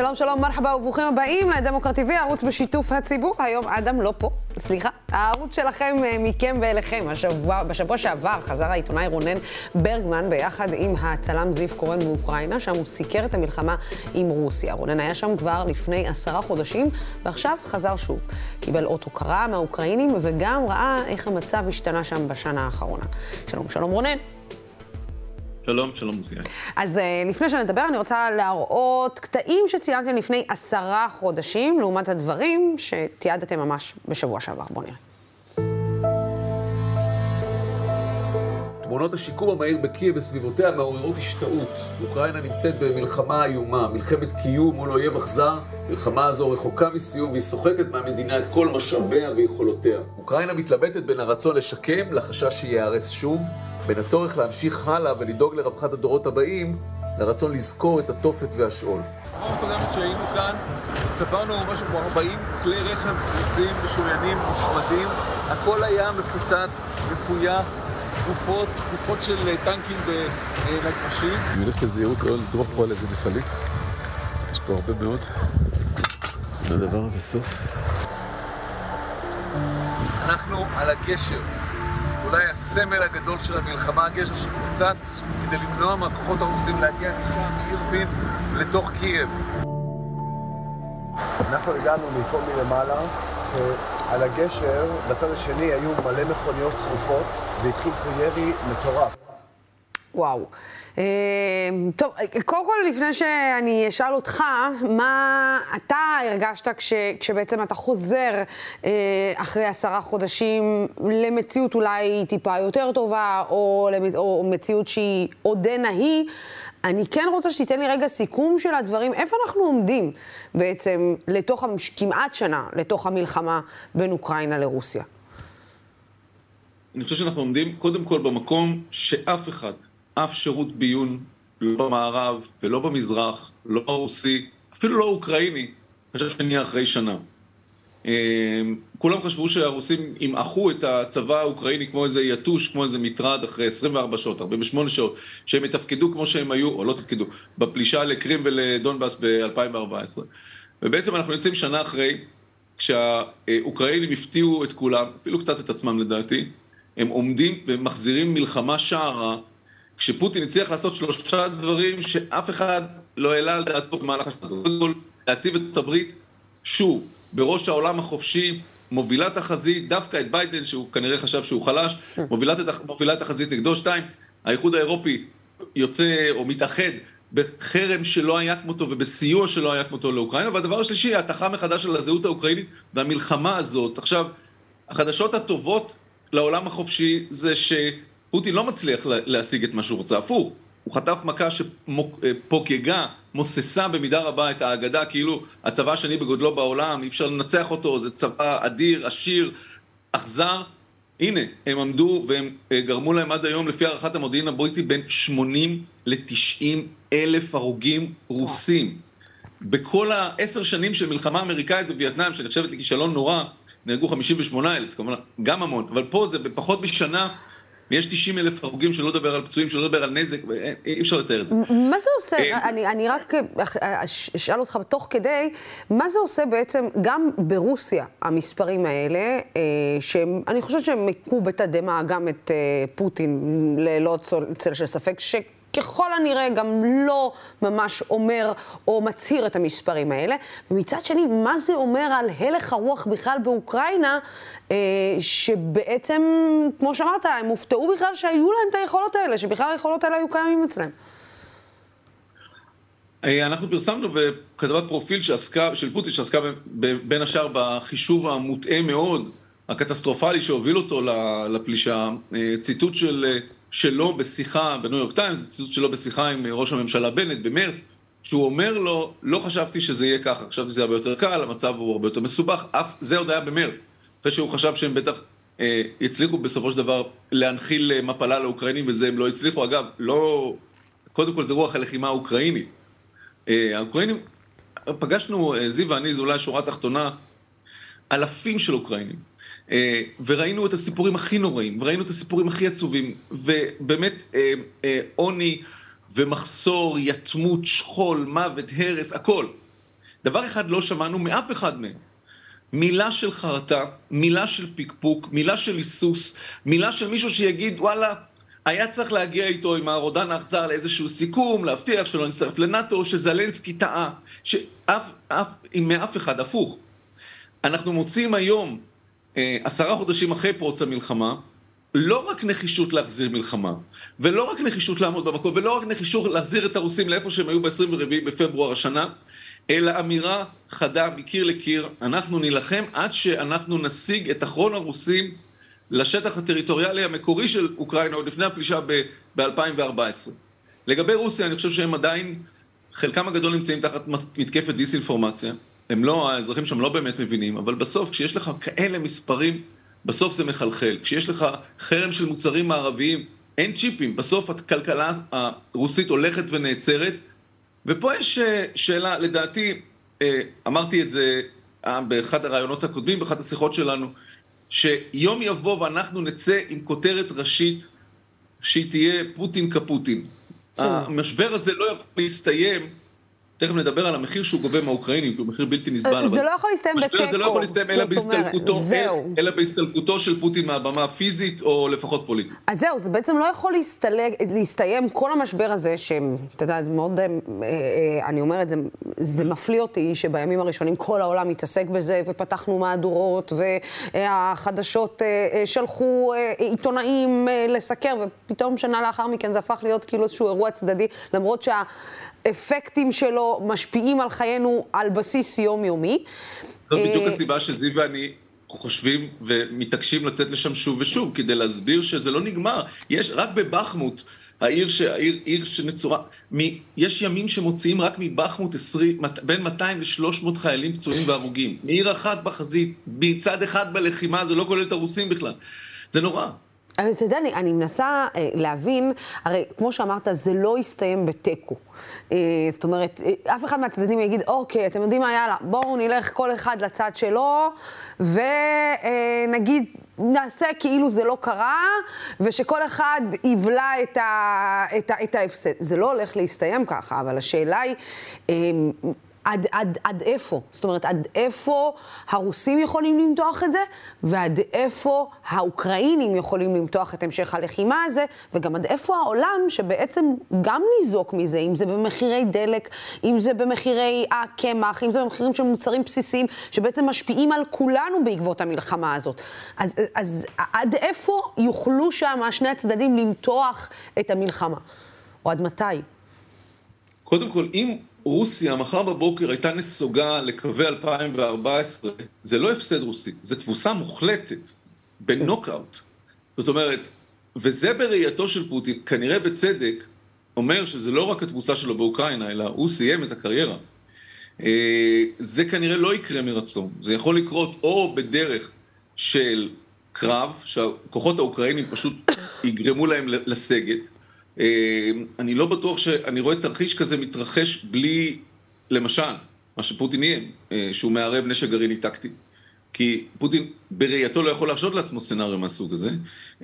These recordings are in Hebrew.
שלום, שלום, מרחבה וברוכים הבאים לדמוקרט TV, הערוץ בשיתוף הציבור. היום אדם לא פה, סליחה. הערוץ שלכם מכם ואליכם. בשבוע שעבר חזר העיתונאי רונן ברגמן ביחד עם הצלם זיו קורן מאוקראינה, שם הוא סיקר את המלחמה עם רוסיה. רונן היה שם כבר לפני 10 חודשים, ועכשיו חזר שוב. קיבל אות הוקרה מהאוקראינים וגם ראה איך המצב השתנה שם בשנה האחרונה. שלום, שלום רונן. שלום, שלום מוזיאל. אז לפני שנדבר, אני רוצה להראות קטעים שציינתם לפני 10 חודשים, לעומת הדברים שתיעדתם ממש בשבוע שעבר. בואו נראה. תמונות השיקום המהיר בקייב וסביבותיה מעוררות השתאות. אוקראינה נמצאת במלחמה איומה, מלחמת קיום מול אויב אכזר. מלחמה הזו רחוקה מסיום והיא סוחטת מהמדינה את כל משאביה ויכולותיה. אוקראינה מתלבטת בין הרצון לשקם לחשש שיערס שוב, בין הצורך להמשיך הלאה ולדאוג לרווחת הדורות הבאים, לרצון לזכור את התופת והשאול. בפעם הקודמת שהיינו כאן, צברנו משהו כמו 40 כלי רכב פרוסים, משוריינים, מושמדים. הכל היה מפוצץ, מפויח, גופות של טנקים ונגמשים. אני הולך בזהירות לא לדרוך פה על איזה מכלית. יש פה הרבה מאוד. לדבר הזה סוף. אנחנו על הגשר. אולי הסמל הגדול של המלחמה, הגשר שקוצץ כדי למנוע מהכוחות הרוסים להגיע משם מאירווין לתוך קייב. אנחנו הגענו מפה מלמעלה, שעל הגשר בצד השני היו מלא מכוניות שרופות והתחיל פה ירי מטורף. וואו. טוב, קודם כל לפני שאני אשאל אותך, מה אתה הרגשת כשבעצם אתה חוזר אחרי 10 חודשים למציאות אולי טיפה יותר טובה, או מציאות שהיא עודנה היא, אני כן רוצה שתיתן לי רגע סיכום של הדברים, איפה אנחנו עומדים בעצם לתוך כמעט שנה, לתוך המלחמה בין אוקראינה לרוסיה? אני חושב שאנחנו עומדים קודם כל במקום שאף אחד, אף שירות ביון, לא במערב ולא במזרח, לא הרוסי, אפילו לא אוקראיני, חושב שנהיה אחרי שנה. כולם חשבו שהרוסים ימעכו את הצבא האוקראיני כמו איזה יתוש, כמו איזה מטרד אחרי 24 שעות, 48 שעות, שהם יתפקדו כמו שהם היו, או לא תפקדו, בפלישה לקרים ולדונבאס ב-2014. ובעצם אנחנו נמצאים שנה אחרי, כשהאוקראינים הפתיעו את כולם, אפילו קצת את עצמם לדעתי, הם עומדים ומחזירים מלחמה שערה, כשפוטין הצליח לעשות 3 דברים שאף אחד לא העלה על דעתו במהלך השנה הזאת. קודם כל, להציב את הברית שוב, בראש העולם החופשי, מובילת החזית, דווקא את ביידן, שהוא כנראה חשב שהוא חלש, מובילת החזית נגדו. 2, האיחוד האירופי יוצא או מתאחד בחרם שלא היה כמותו ובסיוע שלא היה כמותו לאוקראינה. והדבר השלישי, ההתחה מחדש של הזהות האוקראינית והמלחמה הזאת. עכשיו, החדשות הטובות לעולם החופשי זה שפוטין לא מצליח להשיג את מה שהוא רוצה. הפוך, הוא חטף מכה שפוגגה, מוססה במידה רבה את האגדה, כאילו הצבא השני בגודלו בעולם, אי אפשר לנצח אותו, זה צבא אדיר, עשיר, אכזר. הנה, הם עמדו והם גרמו להם עד היום, לפי הערכת המודיעין הבריטי, בין 80 ל-90 אלף הרוגים רוסים. בכל 10 שנים של מלחמה אמריקאית בווייטנאם, שנחשבת לכישלון נורא, נהרגו 58,000, כמובן, גם המון, אבל פה זה בפחות משנה, יש 90,000 הרוגים שלא לדבר על פצועים, שלא לדבר על נזק, אי אפשר לתאר את זה. מה זה עושה, אני רק אשאל אותך תוך כדי, מה זה עושה בעצם גם ברוסיה, המספרים האלה, שאני חושבת שהם מקו בתדמה גם את פוטין, ללא צל של ספק, ככל הנראה גם לא ממש אומר או מצהיר את המספרים האלה. ומצד שני, מה זה אומר על הלך הרוח בכלל באוקראינה, שבעצם, כמו שאמרת, הם הופתעו בכלל שהיו להם את היכולות האלה, שבכלל היכולות האלה היו קיימים אצלם. אנחנו פרסמנו בכתבת פרופיל של פוטין, שעסקה בין השאר בחישוב המוטעה מאוד, הקטסטרופלי שהוביל אותו לפלישה, ציטוט שלו בשיחה בניו יורק טיימס, ציטוט שלו בשיחה עם ראש הממשלה בנט במרץ, שהוא אומר לו, לא חשבתי שזה יהיה ככה, חשבתי שזה הרבה יותר קל, המצב הוא הרבה יותר מסובך, זה עוד היה במרץ, אחרי שהוא חשב שהם בטח יצליחו בסופו של דבר להנחיל מפלה לאוקראינים, וזה הם לא הצליחו. אגב, לא, קודם כל זה רוח הלחימה האוקראינית. האוקראינים, פגשנו, זיו ואני, זו אולי שורה תחתונה, אלפים של אוקראינים, וראינו את הסיפורים הכי נוראים, וראינו את הסיפורים הכי עצובים, ובאמת עוני ומחסור, יתמות, שכול, מוות, הרס, הכל. דבר אחד לא שמענו מאף אחד מהם. מילה של חרטה, מילה של פיקפוק, מילה של היסוס, מילה של מישהו שיגיד, וואלה, היה צריך להגיע איתו עם הרודן האכזר לאיזשהו סיכום, להבטיח שלא נצטרף לנאטו, שזלנסקי טעה, מאף אחד, הפוך. אנחנו מוצאים היום, 10 חודשים אחרי פרוץ המלחמה, לא רק נחישות להחזיר מלחמה, ולא רק נחישות לעמוד במקום, ולא רק נחישות להחזיר את הרוסים לאיפה שהם היו ב-24 בפברואר השנה, אלא אמירה חדה מקיר לקיר, אנחנו נילחם עד שאנחנו נשיג את אחרון הרוסים לשטח הטריטוריאלי המקורי של אוקראינה, עוד לפני הפלישה ב-2014. לגבי רוסיה, אני חושב שהם עדיין, חלקם הגדול נמצאים תחת מתקפת דיסאינפורמציה, הם לא, האזרחים שם לא באמת מבינים, אבל בסוף, כשיש לך כאלה מספרים, בסוף זה מחלחל. כשיש לך חרם של מוצרים מערביים, אין צ'יפים, בסוף הכלכלה הרוסית הולכת ונעצרת, ופה יש שאלה, לדעתי, אמרתי את זה באחד הרעיונות הקודמים, באחת השיחות שלנו, שיום יבוא ואנחנו נצא עם כותרת ראשית, שהיא תהיה פוטין כפוטין. המשבר הזה לא יכול להסתיים, תכף נדבר על המחיר שהוא גובה מהאוקראינים, כי הוא מחיר בלתי נסבל. זה לא יכול להסתיים בטקו. המשבר הזה לא יכול להסתיים אלא בהסתלקותו של פוטין מהבמה הפיזית, או לפחות פוליטית. אז זהו, זה בעצם לא יכול להסתיים כל המשבר הזה, שאתה יודע, מאוד, אני אומרת, זה מפליא אותי, שבימים הראשונים כל העולם מתעסק בזה, ופתחנו מהדורות, והחדשות שלחו עיתונאים לסקר, ופתאום שנה לאחר מכן זה הפך להיות כאילו איזשהו אירוע צדדי, למרות אפקטים שלו משפיעים על חיינו על בסיס יומיומי. זאת בדיוק הסיבה שזיו ואני חושבים ומתעקשים לצאת לשם שוב ושוב, כדי להסביר שזה לא נגמר. יש רק בבחמוט, העיר שנצורה, יש ימים שמוציאים רק מבחמוט בין 200 ל-300 חיילים פצועים והרוגים. מעיר אחת בחזית, מצד אחד בלחימה, זה לא כולל את הרוסים בכלל. זה נורא. אבל אתה יודע, אני מנסה להבין, הרי כמו שאמרת, זה לא יסתיים בטקו. זאת אומרת, אף אחד מהצדדים יגיד, אוקיי, אתם יודעים מה, יאללה, בואו נלך כל אחד לצד שלו, ונגיד, נעשה כאילו זה לא קרה, ושכל אחד יבלע את ההפסד. זה לא הולך להסתיים ככה, אבל השאלה היא, עד איפה? זאת אומרת, עד איפה הרוסים יכולים למתוח את זה, ועד איפה האוקראינים יכולים למתוח את המשך הלחימה הזה, וגם עד איפה העולם שבעצם גם ניזוק מזה, אם זה במחירי דלק, אם זה במחירי הקמח, אם זה במחירים של מוצרים בסיסיים, שבעצם משפיעים על כולנו בעקבות המלחמה הזאת. אז עד איפה יוכלו שם שני הצדדים למתוח את המלחמה? או עד מתי? קודם כל, אם רוסיה מחר בבוקר הייתה נסוגה לקווי 2014, זה לא הפסד רוסי, זה תבוסה מוחלטת בנוקאוט. זאת אומרת, וזה בראייתו של פוטין, כנראה בצדק, אומר שזה לא רק התבוסה שלו באוקראינה, אלא הוא סיים את הקריירה. זה כנראה לא יקרה מרצון. זה יכול לקרות או בדרך של קרב, שהכוחות האוקראינים פשוט יגרמו להם לסגת, אני לא בטוח שאני רואה תרחיש כזה מתרחש בלי, למשל, מה שפוטין יהיה, שהוא מערב נשק גרעיני טקטי. כי פוטין בראייתו לא יכול להרשות לעצמו סצנריו מהסוג הזה,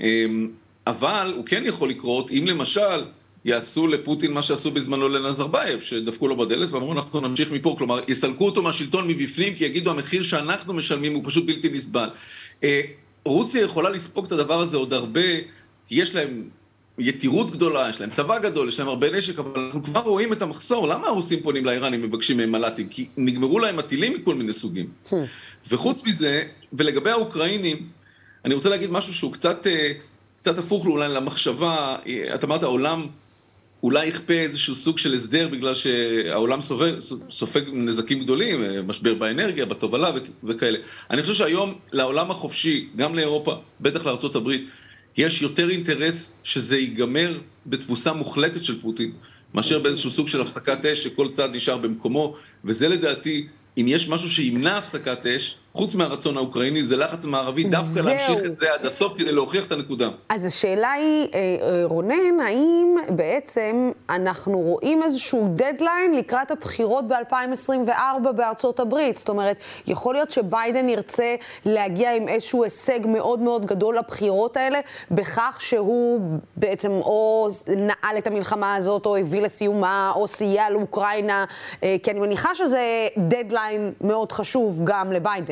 אבל הוא כן יכול לקרות אם למשל יעשו לפוטין מה שעשו בזמנו לנזרבייב, שדפקו לו בדלת ואמרו אנחנו נמשיך מפה, כלומר יסלקו אותו מהשלטון מבפנים, כי יגידו המחיר שאנחנו משלמים הוא פשוט בלתי נסבל. רוסיה יכולה לספוג את הדבר הזה עוד הרבה, יש להם יתירות גדולה, יש להם צבא גדול, יש להם הרבה נשק, אבל אנחנו כבר רואים את המחסור. למה הרוסים פונים לאיראנים מבקשים מהם מל"טים? כי נגמרו להם מטילים מכל מיני סוגים. וחוץ מזה, ולגבי האוקראינים, אני רוצה להגיד משהו שהוא קצת הפוך אולי למחשבה. את אמרת, העולם אולי יכפה איזשהו סוג של הסדר, בגלל שהעולם סופג נזקים גדולים, משבר באנרגיה, בתובלה וכאלה. אני חושב שהיום לעולם החופשי, גם לאירופה, בטח לארצות הברית, יש יותר אינטרס שזה ייגמר בתבוסה מוחלטת של פוטין, מאשר באיזשהו סוג של הפסקת אש שכל צד נשאר במקומו, וזה לדעתי, אם יש משהו שימנע הפסקת אש, חוץ מהרצון האוקראיני, זה לחץ מערבי דווקא להמשיך את זה עד הסוף כדי להוכיח את הנקודה. אז השאלה היא, רונן, האם בעצם אנחנו רואים איזשהו דדליין לקראת הבחירות ב-2024 בארצות הברית? זאת אומרת, יכול להיות שביידן ירצה להגיע עם איזשהו הישג מאוד מאוד גדול לבחירות האלה, בכך שהוא בעצם או נעל את המלחמה הזאת, או הביא לסיומה, או סייע לאוקראינה, כי אני מניחה שזה דדליין מאוד חשוב גם לביידן.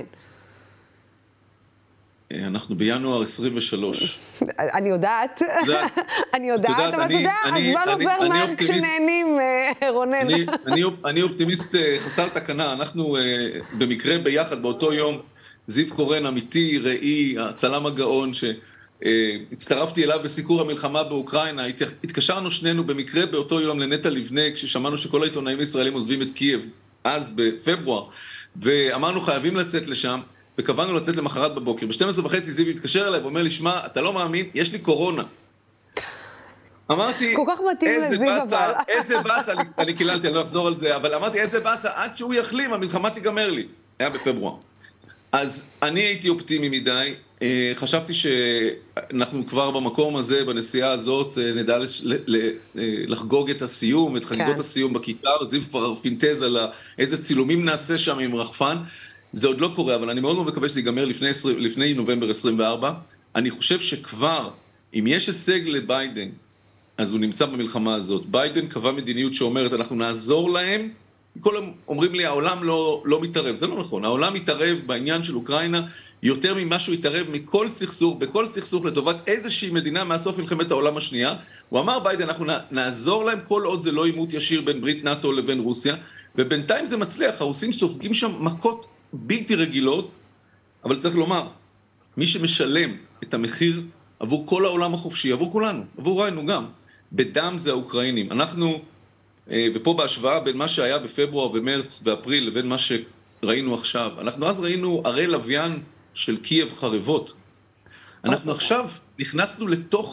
אנחנו בינואר 23. אני יודעת, אבל אתה יודע, הזמן עובר מהר כשנהנים, רונן. אני אופטימיסט חסר תקנה, אנחנו במקרה ביחד באותו יום, זיו קורן, אמיתי, ראי, הצלם הגאון, שהצטרפתי אליו בסיקור המלחמה באוקראינה, התקשרנו שנינו במקרה באותו יום לנטע לבנה, כששמענו שכל העיתונאים הישראלים עוזבים את קייב, אז בפברואר, ואמרנו חייבים לצאת לשם, וקבענו לצאת למחרת בבוקר. ב-12:30 זיו התקשר אליי ואומר לי, שמע, אתה לא מאמין, יש לי קורונה. אמרתי, כל כך מתאים לזיו אבל. איזה באסה, אני קיללתי, אני לא אחזור על זה, אבל אמרתי, איזה באסה, עד שהוא יחלים, המלחמה תיגמר לי. היה בפברואר. אז אני הייתי אופטימי מדי, חשבתי שאנחנו כבר במקום הזה, בנסיעה הזאת, נדע לחגוג את הסיום, את חגיגות הסיום בכיכר, זיו כבר פינטז על איזה צילומים נעשה שם עם רחפן, זה עוד לא קורה, אבל אני מאוד מאוד מקווה שזה ייגמר לפני נובמבר 24. אני חושב שכבר, אם יש הישג לביידן, אז הוא נמצא במלחמה הזאת. ביידן קבע מדיניות שאומרת, אנחנו נעזור להם, כל אומרים לי, העולם לא מתערב. זה לא נכון, העולם מתערב בעניין של אוקראינה, יותר ממה שהוא יתערב מכל סכסוך, בכל סכסוך לטובת איזושהי מדינה מהסוף מלחמת העולם השנייה. הוא אמר, ביידן, אנחנו נעזור להם כל עוד זה לא עימות ישיר בין ברית נאטו לבין רוסיה, ובינתיים זה מצליח, הרוסים סופגים שם מכות בלתי רגילות, אבל צריך לומר, מי שמשלם את המחיר עבור כל העולם החופשי, עבור כולנו, עבורנו גם, בדם זה האוקראינים. אנחנו, ופה בהשוואה בין מה שהיה בפברואר, במרץ, באפריל, לבין מה שראינו עכשיו, אנחנו אז ראינו ערי לוויין של קייב חרבות. אנחנו עכשיו נכנסנו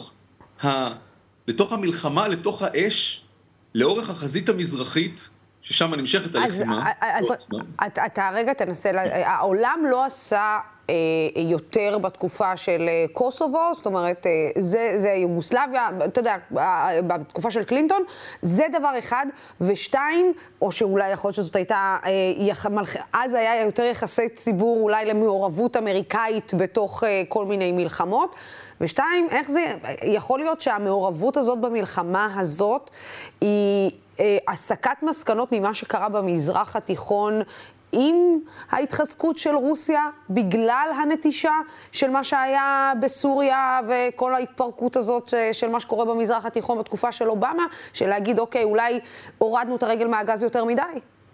לתוך המלחמה, לתוך האש, לאורך החזית המזרחית, ששם נמשכת הלחימה. אז אתה רגע תנסה, העולם לא עשה יותר בתקופה של קוסובו, זאת אומרת, זה יוגוסלביה, אתה יודע, בתקופה של קלינטון, זה דבר אחד, ושתיים, או שאולי יכול להיות שזאת הייתה, אז היה יותר יחסי ציבור אולי למעורבות אמריקאית בתוך כל מיני מלחמות, ושתיים, איך זה, יכול להיות שהמעורבות הזאת במלחמה הזאת היא הסקת מסקנות ממה שקרה במזרח התיכון עם ההתחזקות של רוסיה בגלל הנטישה של מה שהיה בסוריה וכל ההתפרקות הזאת של מה שקורה במזרח התיכון בתקופה של אובמה, של להגיד אוקיי, אולי הורדנו את הרגל מהגז יותר מדי?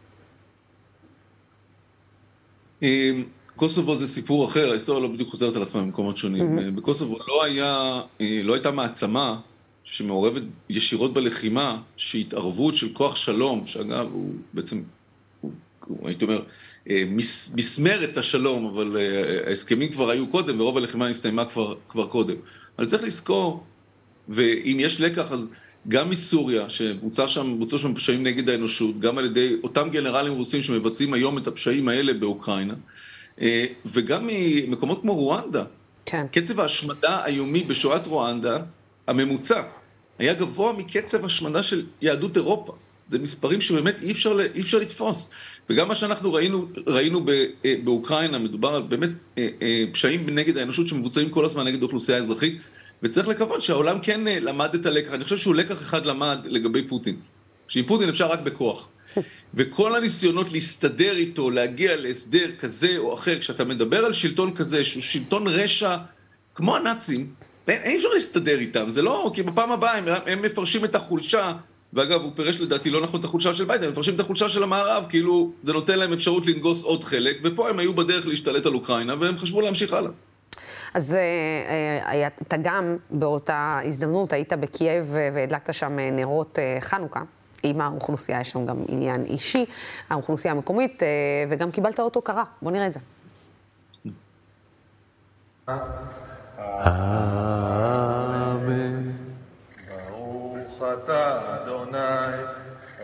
קוסובו זה סיפור אחר, ההיסטוריה לא בדיוק חוזרת על עצמה במקומות שונים. בקוסובו לא הייתה מעצמה שמעורבת ישירות בלחימה, שהתערבות של כוח שלום, שאגב הוא בעצם, הייתי אומר, מסמר את השלום, אבל ההסכמים כבר היו קודם, ורוב הלחימה הסתיימה כבר קודם. אבל צריך לזכור, ואם יש לקח, אז גם מסוריה, שבוצעו שם פשעים נגד האנושות, גם על ידי אותם גנרלים רוסים שמבצעים היום את הפשעים האלה באוקראינה, וגם ממקומות כמו רואנדה. כן. קצב ההשמדה היומי בשואת רואנדה, הממוצע, היה גבוה מקצב השמדה של יהדות אירופה. זה מספרים שבאמת אי אפשר לתפוס. וגם מה שאנחנו ראינו באוקראינה, מדובר על באמת פשעים נגד האנושות שמבוצעים כל הזמן נגד האוכלוסייה האזרחית, וצריך לקוות שהעולם כן למד את הלקח. אני חושב שהוא לקח אחד למד לגבי פוטין. שעם פוטין אפשר רק בכוח. וכל הניסיונות להסתדר איתו, להגיע להסדר כזה או אחר, כשאתה מדבר על שלטון כזה, שהוא שלטון רשע כמו הנאצים, אין אפשר להסתדר איתם, זה לא, כי בפעם הבאה הם מפרשים את החולשה, ואגב, הוא פירש לדעתי לא נכון את החולשה של ביידן, הם מפרשים את החולשה של המערב, כאילו זה נותן להם אפשרות לנגוס עוד חלק, ופה הם היו בדרך להשתלט על אוקראינה, והם חשבו להמשיך הלאה. אז אתה גם באותה הזדמנות, היית בקייב והדלקת שם נרות חנוכה, עם האוכלוסייה, יש שם גם עניין אישי, האוכלוסייה המקומית, וגם קיבלת אותו קרה, בוא נראה את זה. אמן. ברוך אתה אדוני,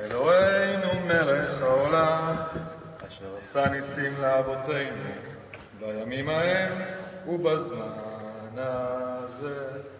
אלוהינו מלך העולם, אשר עשה ניסים לאבותינו, בימים ההם ובזמן הזה.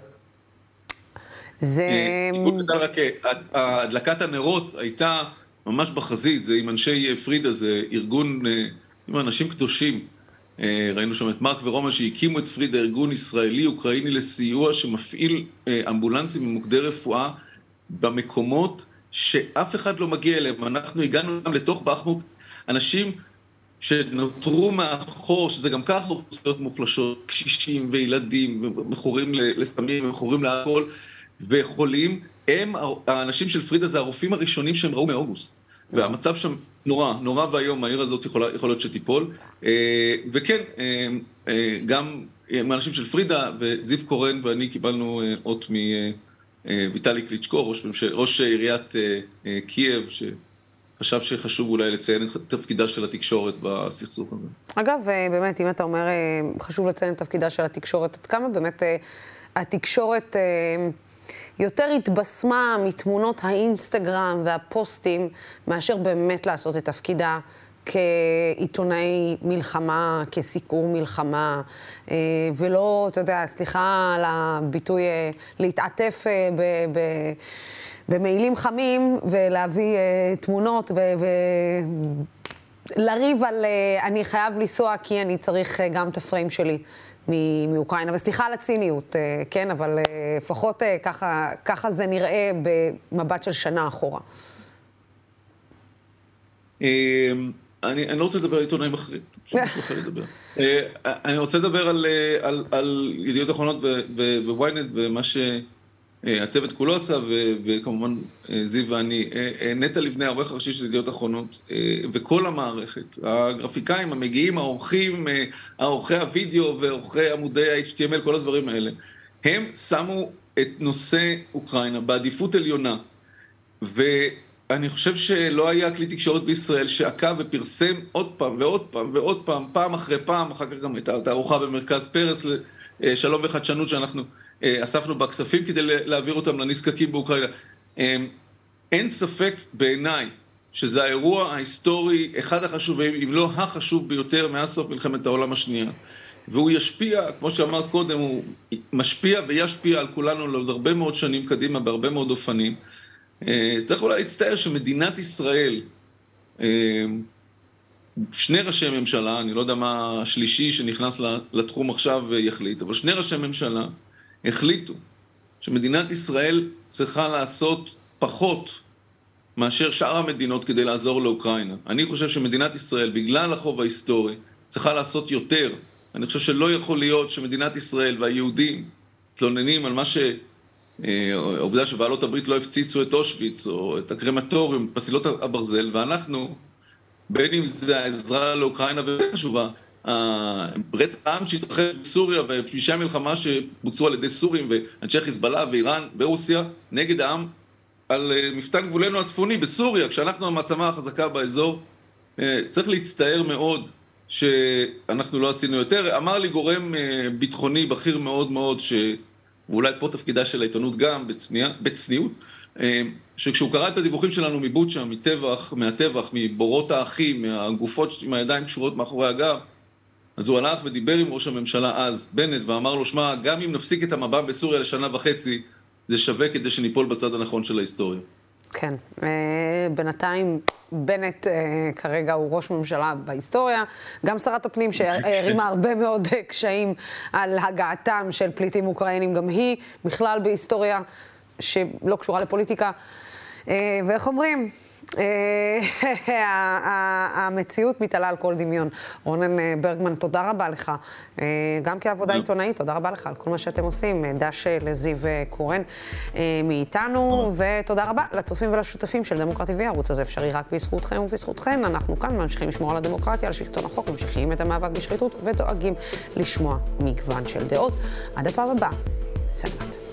זה... תיקון קטן רק, הדלקת הנרות הייתה ממש בחזית, זה עם אנשי פרידה, זה ארגון עם אנשים קדושים. ראינו שם את מרק ורומא שהקימו את פרידה, ארגון ישראלי-אוקראיני לסיוע שמפעיל אמבולנסים ומוקדי רפואה במקומות שאף אחד לא מגיע אליהם. אנחנו הגענו גם לתוך בחמות, אנשים שנותרו מאחור, שזה גם ככה אוכלוסיות מוחלשות, קשישים וילדים, ומכורים לסמים, ומכורים לאלכוהול, וחולים, הם, האנשים של פרידה, זה הרופאים הראשונים שהם ראו מאוגוסט. והמצב שם נורא והיום, העיר הזאת יכול להיות שתיפול. וכן, גם האנשים של פרידה, וזיו קורן ואני קיבלנו אות מויטלי קליצ'קו, ראש עיריית קייב, שחשב שחשוב אולי לציין את תפקידה של התקשורת בסכסוך הזה. אגב, באמת, אם אתה אומר, חשוב לציין את תפקידה של התקשורת, עד כמה באמת התקשורת יותר התבשמה מתמונות האינסטגרם והפוסטים, מאשר באמת לעשות את תפקידה כעיתונאי מלחמה, כסיקור מלחמה, ולא, אתה יודע, סליחה על הביטוי, להתעטף במעילים חמים ולהביא תמונות ולריב על אני חייב לנסוע כי אני צריך גם את הפריים שלי מאוקראינה. וסליחה על הציניות, כן, אבל לפחות ככה זה נראה במבט של שנה אחורה. אני לא רוצה לדבר על עיתונאים אחרים, שמשהו אחר לדבר. אני רוצה לדבר על ידיעות אחרונות וויינט ומה שהצוות כולו עשה, וכמובן זיו ואני. נטע לבנה, העורך הראשי של ידיעות אחרונות, וכל המערכת, הגרפיקאים, המגיעים, העורכי הוידאו ועורכי עמודי ה-HTML, כל הדברים האלה, הם שמו את נושא אוקראינה בעדיפות עליונה, אני חושב שלא היה כלי תקשורת בישראל שעקב ופרסם עוד פעם ועוד פעם ועוד פעם, פעם אחרי פעם, אחר כך גם את התערוכה במרכז פרס לשלום וחדשנות שאנחנו אספנו בכספים כדי להעביר אותם לנזקקים באוקראינה. אין ספק בעיניי שזה האירוע ההיסטורי, אחד החשובים, אם לא החשוב ביותר מאז סוף מלחמת העולם השנייה. והוא ישפיע, כמו שאמרת קודם, הוא משפיע וישפיע על כולנו לעוד הרבה מאוד שנים קדימה, בהרבה מאוד אופנים. צריך אולי להצטער שמדינת ישראל, שני ראשי ממשלה, אני לא יודע מה השלישי שנכנס לתחום עכשיו יחליט, אבל שני ראשי ממשלה החליטו שמדינת ישראל צריכה לעשות פחות מאשר שאר המדינות כדי לעזור לאוקראינה. אני חושב שמדינת ישראל, בגלל החוב ההיסטורי, צריכה לעשות יותר. אני חושב שלא יכול להיות שמדינת ישראל והיהודים תלוננים על מה העובדה שבעלות הברית לא הפציצו את אושוויץ או את הקרמטוריום, פסילות הברזל, ואנחנו, בין אם זה העזרה לאוקראינה ויותר חשובה, רצח העם שהתרחש בסוריה ופשעי המלחמה שבוצעו על ידי סורים ואנשי חיזבאללה ואיראן ברוסיה נגד העם על מפתן גבולנו הצפוני בסוריה, כשאנחנו המעצמה החזקה באזור, צריך להצטער מאוד שאנחנו לא עשינו יותר. אמר לי גורם ביטחוני בכיר מאוד מאוד ואולי פה תפקידה של העיתונות גם, בצניעות, שכשהוא קרא את הדיווחים שלנו מבוצ'ה, מהטבח, מבורות האחים, מהגופות עם הידיים קשורות מאחורי הגב, אז הוא הלך ודיבר עם ראש הממשלה אז, בנט, ואמר לו, שמע, גם אם נפסיק את המב"ם בסוריה לשנה וחצי, זה שווה כדי שניפול בצד הנכון של ההיסטוריה. כן, בינתיים בנט כרגע הוא ראש ממשלה בהיסטוריה, גם שרת הפנים שהרימה הרבה מאוד קשיים על הגעתם של פליטים אוקראינים, גם היא בכלל בהיסטוריה שלא קשורה לפוליטיקה. ואיך אומרים? המציאות מתעלה על כל דמיון. רונן ברגמן, תודה רבה לך. גם כעבודה עיתונאית, תודה רבה לך על כל מה שאתם עושים. דש לזיו קורן מאיתנו, ותודה רבה לצופים ולשותפים של דמוקרטי TV. הערוץ הזה אפשרי רק בזכותכם ובזכותכן. אנחנו כאן ממשיכים לשמור על הדמוקרטיה, על שלטון החוק, ממשיכים את המאבק בשחיתות ודואגים לשמוע מגוון של דעות. עד הפעם הבאה. סלמת.